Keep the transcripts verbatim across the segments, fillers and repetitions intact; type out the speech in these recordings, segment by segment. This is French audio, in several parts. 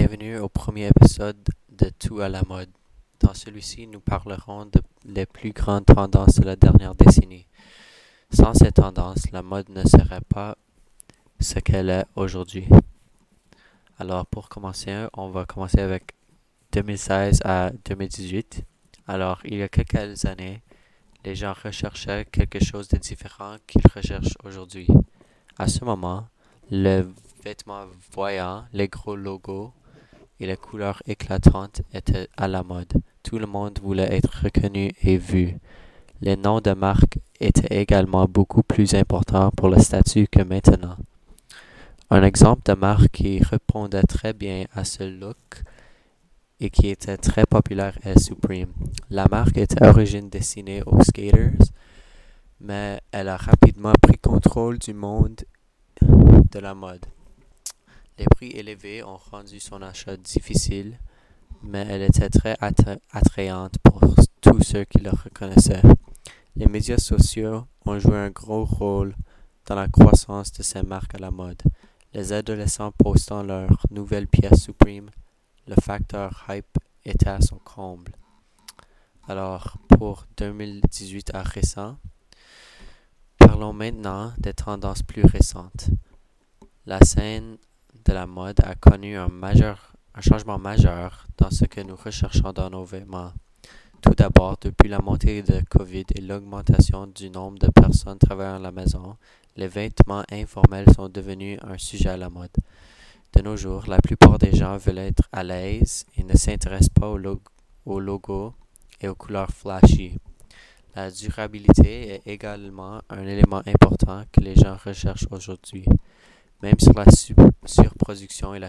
bienvenue au premier épisode de Tout à la mode. Dans celui-ci, nous parlerons de les plus grandes tendances de la dernière décennie. Sans ces tendances, la mode ne serait pas ce qu'elle est aujourd'hui. Alors, pour commencer, on va commencer avec deux mille seize à deux mille dix-huit. Alors, il y a quelques années, les gens recherchaient quelque chose de différent qu'ils recherchent aujourd'hui. À ce moment, le vêtement voyant, les gros logos et les couleurs éclatantes étaient à la mode. Tout le monde voulait être reconnu et vu. Les noms de marques étaient également beaucoup plus importants pour le statut que maintenant. Un exemple de marque qui répondait très bien à ce look et qui était très populaire est Supreme. La marque était à l'origine destinée aux skaters, mais elle a rapidement pris contrôle du monde de la mode. Les prix élevés ont rendu son achat difficile, mais elle était très attra- attrayante pour tous ceux qui la reconnaissaient. Les médias sociaux ont joué un gros rôle dans la croissance de ces marques à la mode. Les adolescents postant leurs nouvelles pièces Supreme, le facteur hype était à son comble. Alors, pour deux mille dix-huit à récent, parlons maintenant des tendances plus récentes. La scène de la mode a connu un, majeur, un changement majeur dans ce que nous recherchons dans nos vêtements. Tout d'abord, depuis la montée de COVID et l'augmentation du nombre de personnes travaillant à la maison, les vêtements informels sont devenus un sujet à la mode. De nos jours, la plupart des gens veulent être à l'aise et ne s'intéressent pas aux, log- aux logos et aux couleurs flashy. La durabilité est également un élément important que les gens recherchent aujourd'hui. Même si la su- surproduction et la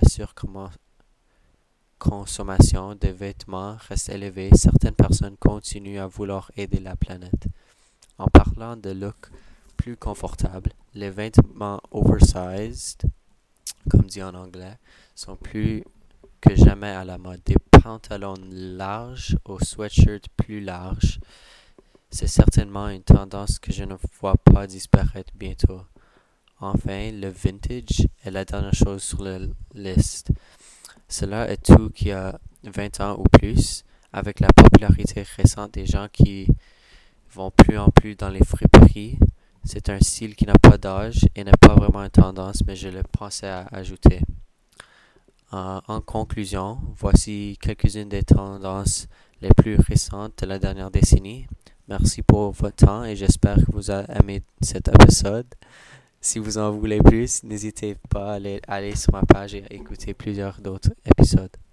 surconsommation de vêtements reste élevée, certaines personnes continuent à vouloir aider la planète. En parlant de look plus confortable, les vêtements oversized, comme dit en anglais, sont plus que jamais à la mode. Des pantalons larges aux sweatshirts plus larges, c'est certainement une tendance que je ne vois pas disparaître bientôt. Enfin, le vintage est la dernière chose sur la liste. Cela est tout qui a vingt ans ou plus, avec la popularité récente des gens qui vont plus en plus dans les friperies. C'est un style qui n'a pas d'âge et n'est pas vraiment une tendance, mais je le pensais à ajouter. En, en conclusion, voici quelques-unes des tendances les plus récentes de la dernière décennie. Merci pour votre temps et j'espère que vous avez aimé cet épisode. Si vous en voulez plus, n'hésitez pas à aller, aller sur ma page et à écouter plusieurs d'autres épisodes.